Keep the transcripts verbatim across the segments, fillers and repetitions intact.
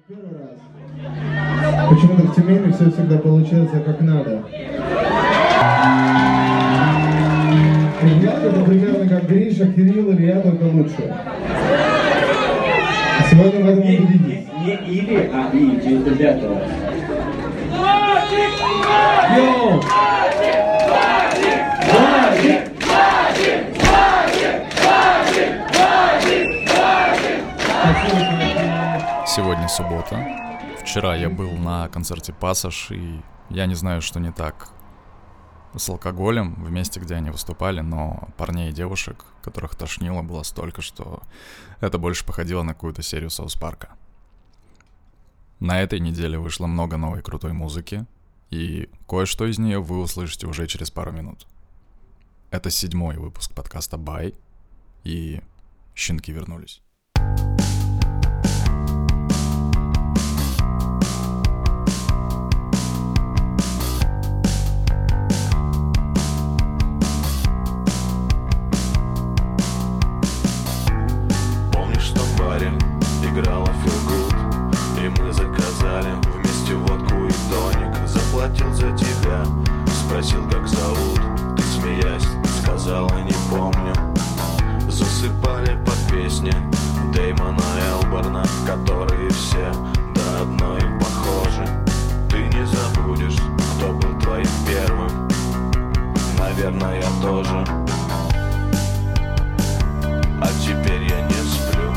Первый раз. Почему-то в Тюмени все всегда получается как надо. И Влад это примерно как Гриша, Кирилл или я, только лучше. Сегодня в этом убедитесь. Не или, а и, через ребята. Йоу! Сегодня суббота. Вчера я был на концерте «Пассаж», и я не знаю, что не так с алкоголем в месте, где они выступали, но парней и девушек, которых тошнило, было столько, что это больше походило на какую-то серию Саус Парка. На этой неделе вышло много новой крутой музыки, и кое-что из нее вы услышите уже через пару минут. Это седьмой выпуск подкаста «Бай», и щенки вернулись. Играла Feel Good, и мы заказали вместе водку и тоник. Заплатил за тебя, спросил, как зовут. Ты, смеясь, сказала, не помню. Засыпали под песни Дэймона Элборна, которые все до одной похожи. Ты не забудешь, кто был твоим первым. Наверное, я тоже. А теперь я не сплю.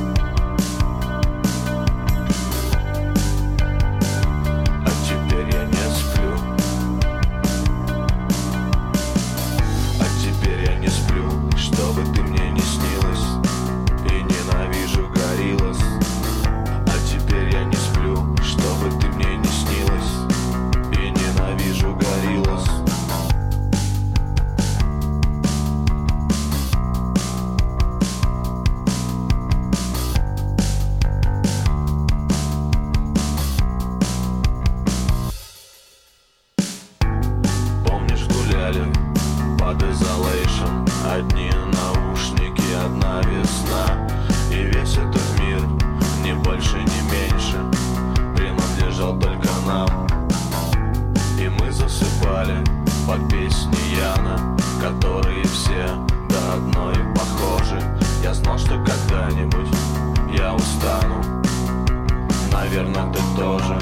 Одни наушники, одна весна. И весь этот мир, ни больше, ни меньше, принадлежал только нам. И мы засыпали под песни Яна, которые все до одной похожи. Я знал, что когда-нибудь я устану. Наверное, ты тоже.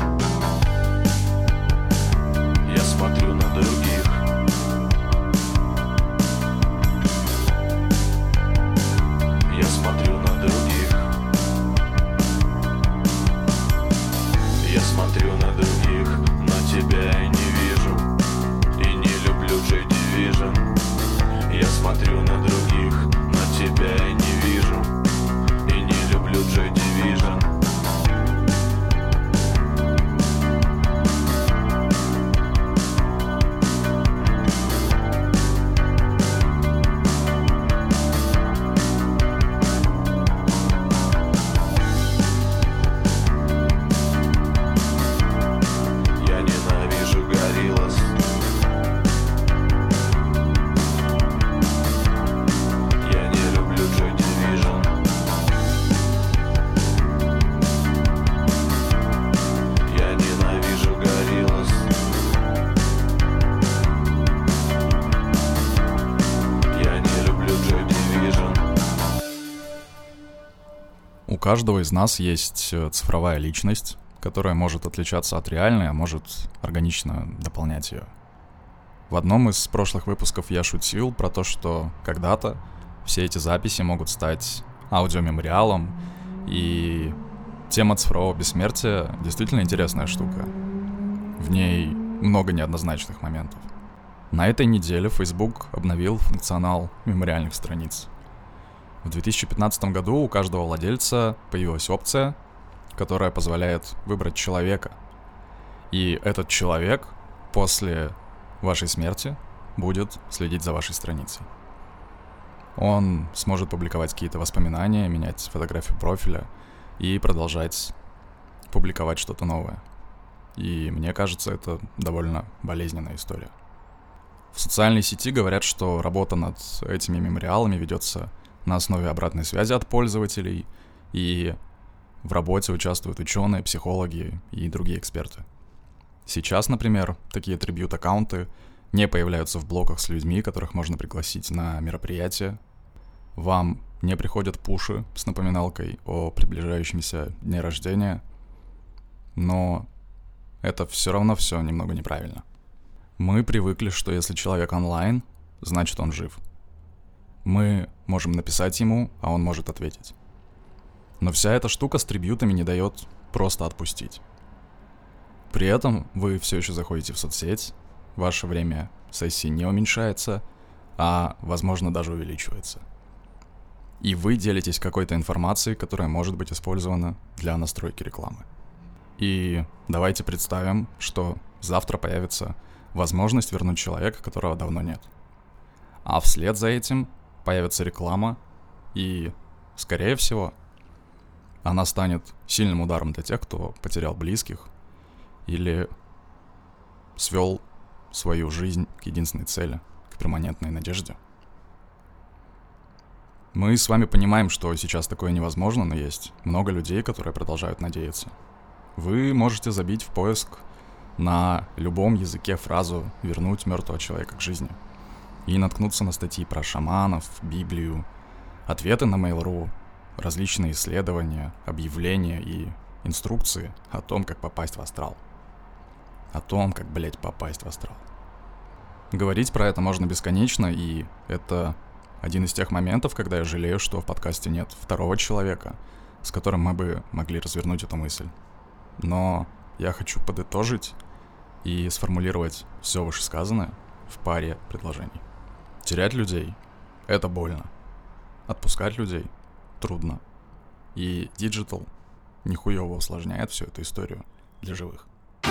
Я смотрю на других. Я смотрю на других. Я смотрю на других, но тебя я не вижу. И не люблю Joy Division. Я смотрю на других, но тебя я не вижу. И не люблю Joy Division. У каждого из нас есть цифровая личность, которая может отличаться от реальной, а может органично дополнять ее. В одном из прошлых выпусков я шутил про то, что когда-то все эти записи могут стать аудиомемориалом, и тема цифрового бессмертия действительно интересная штука. В ней много неоднозначных моментов. На этой неделе Facebook обновил функционал мемориальных страниц. В две тысячи пятнадцатом году у каждого владельца появилась опция, которая позволяет выбрать человека. И этот человек после вашей смерти будет следить за вашей страницей. Он сможет публиковать какие-то воспоминания, менять фотографию профиля и продолжать публиковать что-то новое. И мне кажется, это довольно болезненная история. В социальной сети говорят, что работа над этими мемориалами ведется на основе обратной связи от пользователей, и В работе участвуют ученые, психологи и другие эксперты. Сейчас, например, такие трибьют-аккаунты не появляются в блоках с людьми, которых можно пригласить на мероприятие. Вам не приходят пуши с напоминалкой о приближающемся дне рождения, но это все равно все немного неправильно. Мы привыкли, что если человек онлайн, значит он жив. Мы можем написать ему, а он может ответить. Но вся эта штука с трибьютами не дает просто отпустить. При этом вы все еще заходите в соцсеть, ваше время сессии не уменьшается, а, возможно, даже увеличивается. И вы делитесь какой-то информацией, которая может быть использована для настройки рекламы. И давайте представим, что завтра появится возможность вернуть человека, которого давно нет. А вслед за этим появится реклама, и, скорее всего, она станет сильным ударом для тех, кто потерял близких или свел свою жизнь к единственной цели, к перманентной надежде. Мы с вами понимаем, что сейчас такое невозможно, но есть много людей, которые продолжают надеяться. Вы можете забить в поиск на любом языке фразу «вернуть мертвого человека к жизни» и наткнуться на статьи про шаманов, Библию, ответы на Mail.ru, различные исследования, объявления и инструкции о том, как попасть в астрал. О том, как, блять, попасть в астрал. Говорить про это можно бесконечно, и это один из тех моментов, когда я жалею, что в подкасте нет второго человека, с которым мы бы могли развернуть эту мысль. Но я хочу подытожить и сформулировать все вышесказанное в паре предложений. Терять людей — это больно. Отпускать людей — трудно. И диджитал нихуёво усложняет всю эту историю для живых.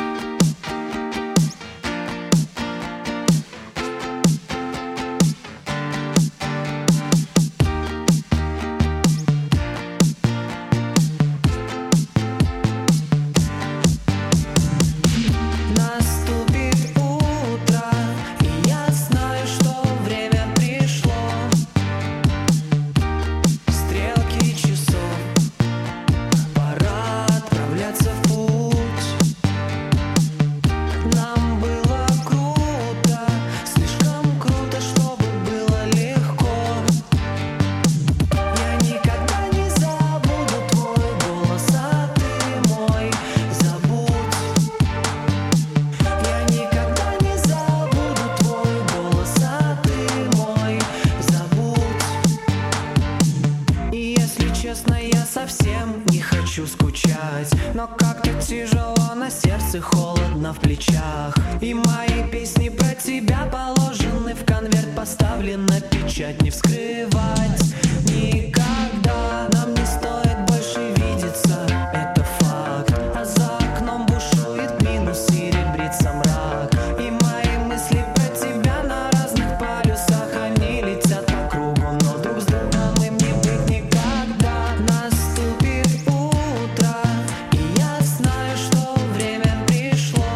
Но как-то тяжело на сердце, холодно в плечах. И мои песни про тебя положены в конверт, поставлена печать, не вскрывать никогда. Нам не стоит больше видеться, это факт. А за окном бушует минус, серебрится мрак. И мои мысли про тебя на разных полюсах, они летят по кругу, но друг с другом им не быть никогда. Наступит утро, и я знаю, что время пришло.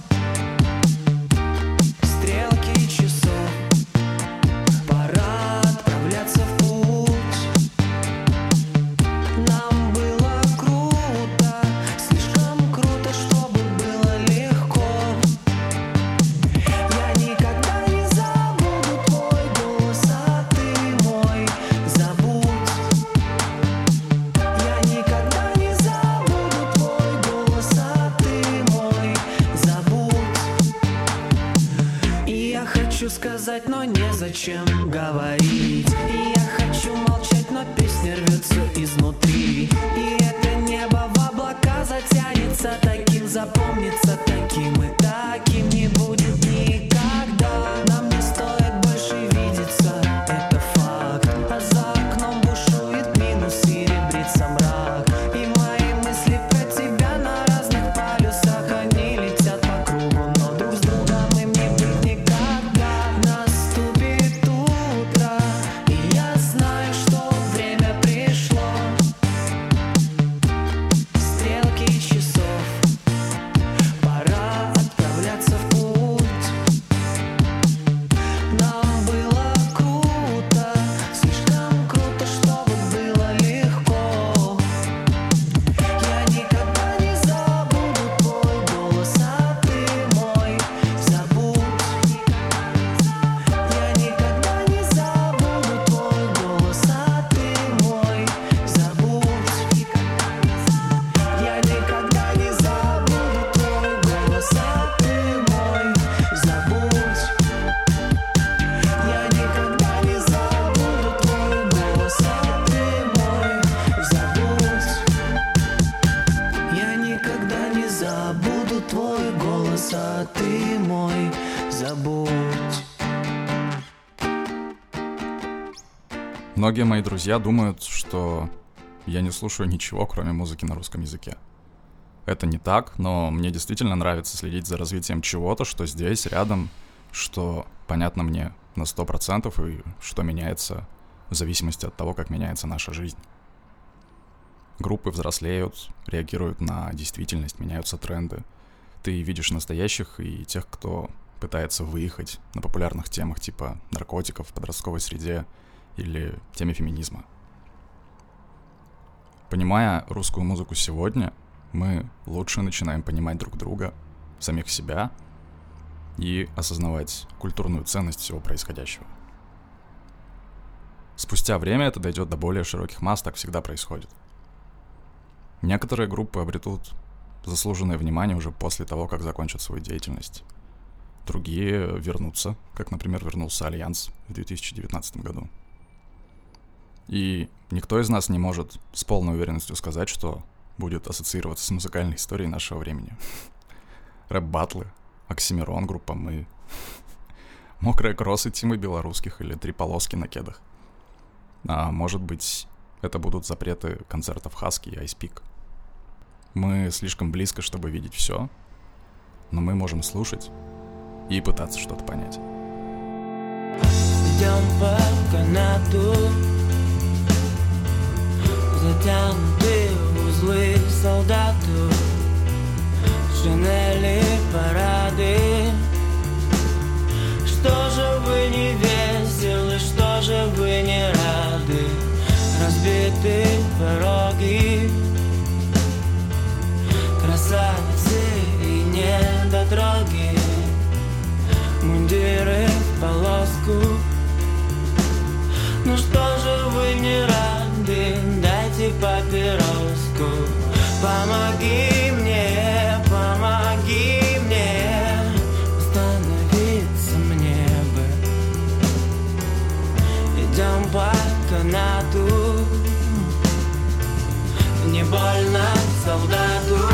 Стрелки часов, пора отправляться в путь. Нам было круто, слишком круто, чтобы было легко. Я никогда не забуду твой голос, а ты мой забудь. Я никогда не забуду твой голос, а ты мой забудь. И я хочу сказать, но незачем говорить. И я хочу молчать, но песня рвется изнутри. И это небо в облака затянется, таким запомнится, таким и таким не будет никогда. Нам не стоит больше видеться, это факт. А за окном бушует минус, серебрится мрак. И мои мысли про тебя на разных полюсах, они летят по кругу, но друг с другом им не быть никогда. Наступит утро, и я просто ты мой, забудь. Многие мои друзья думают, что я не слушаю ничего, кроме музыки на русском языке. Это не так, но мне действительно нравится следить за развитием чего-то, что здесь, рядом, что понятно мне на сто процентов и что меняется в зависимости от того, как меняется наша жизнь. Группы взрослеют, реагируют на действительность, меняются тренды. Ты видишь настоящих и тех, кто пытается выехать на популярных темах типа наркотиков в подростковой среде или теме феминизма. Понимая русскую музыку сегодня, мы лучше начинаем понимать друг друга, самих себя и осознавать культурную ценность всего происходящего. Спустя время это дойдет до более широких масс, так всегда происходит. Некоторые группы обретут заслуженное внимание уже после того, как закончат свою деятельность. Другие вернутся, как, например, вернулся Альянс в две тысячи девятнадцатом году. И никто из нас не может с полной уверенностью сказать, что будет ассоциироваться с музыкальной историей нашего времени. Рэп-баттлы, Оксимирон, группа «Мы», мокрые кроссы Тимы Белорусских или три полоски на кедах. А может быть, это будут запреты концертов Хаски и Айспик. Мы слишком близко, чтобы видеть все, но мы можем слушать и пытаться что-то понять. Идем по канату, затянутые в узлы солдату, шинели, парады. Что же вы не веселы, что же вы не рады? Разбиты пороги, красавицы и недотроги, мундиры в полоску. Ну что же вы не рады? Дайте папироску. Помоги мне, помоги мне, остановиться мне бы. Идем по канату, не больно солдату.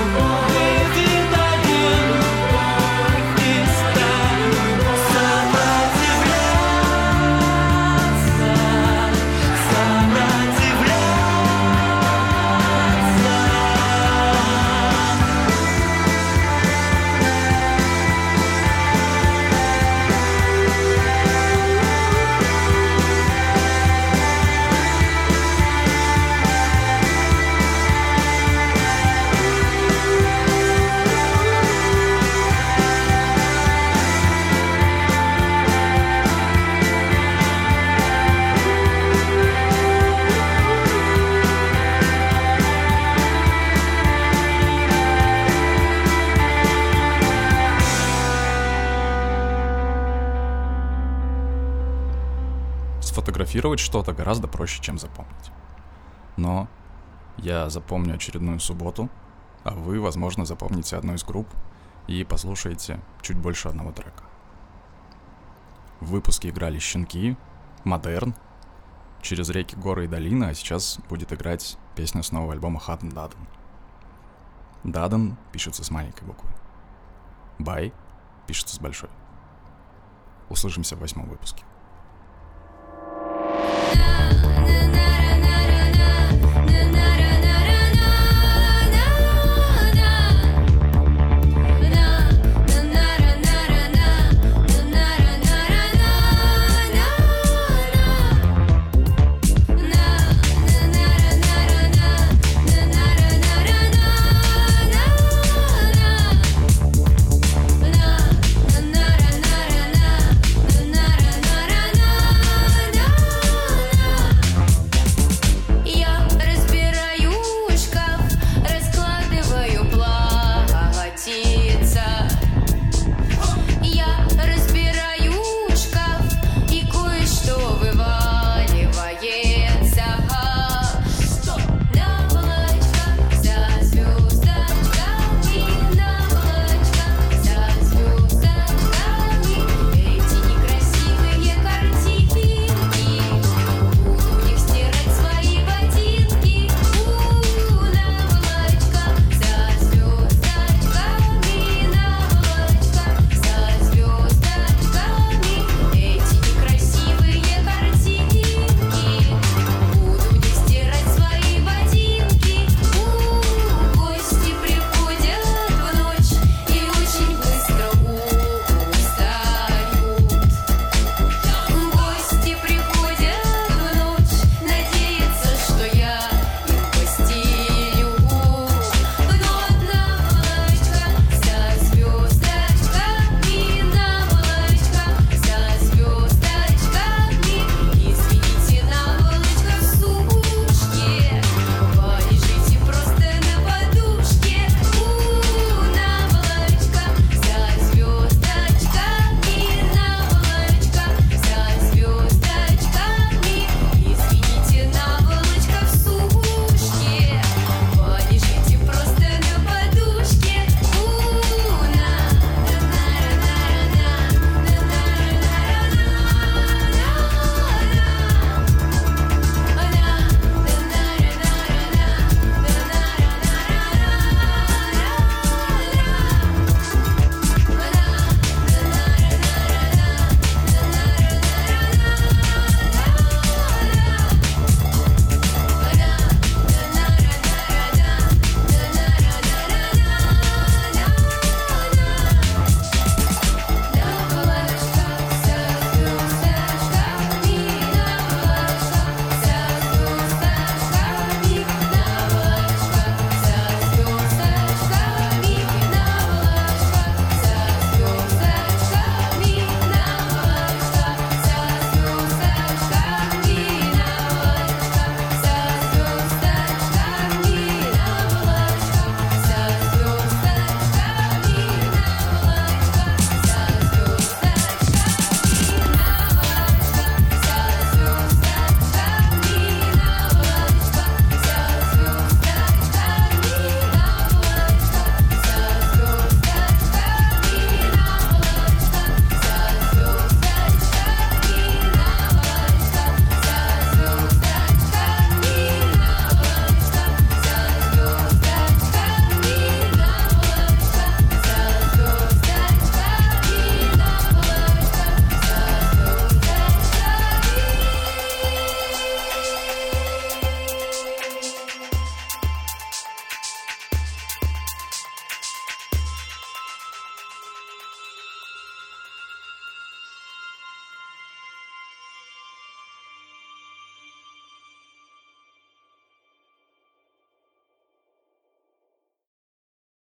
Собрать Сфотографировать что-то гораздо проще, чем запомнить. Но я запомню очередную субботу, а вы, возможно, запомните одну из групп и послушаете чуть больше одного трека. В выпуске играли «Щенки», «Модерн», «Через реки, горы и долины», а сейчас будет играть песня с нового альбома «Хаден Даден». «Даден» пишется с маленькой буквы. «Бай» пишется с большой. Услышимся в восьмом выпуске.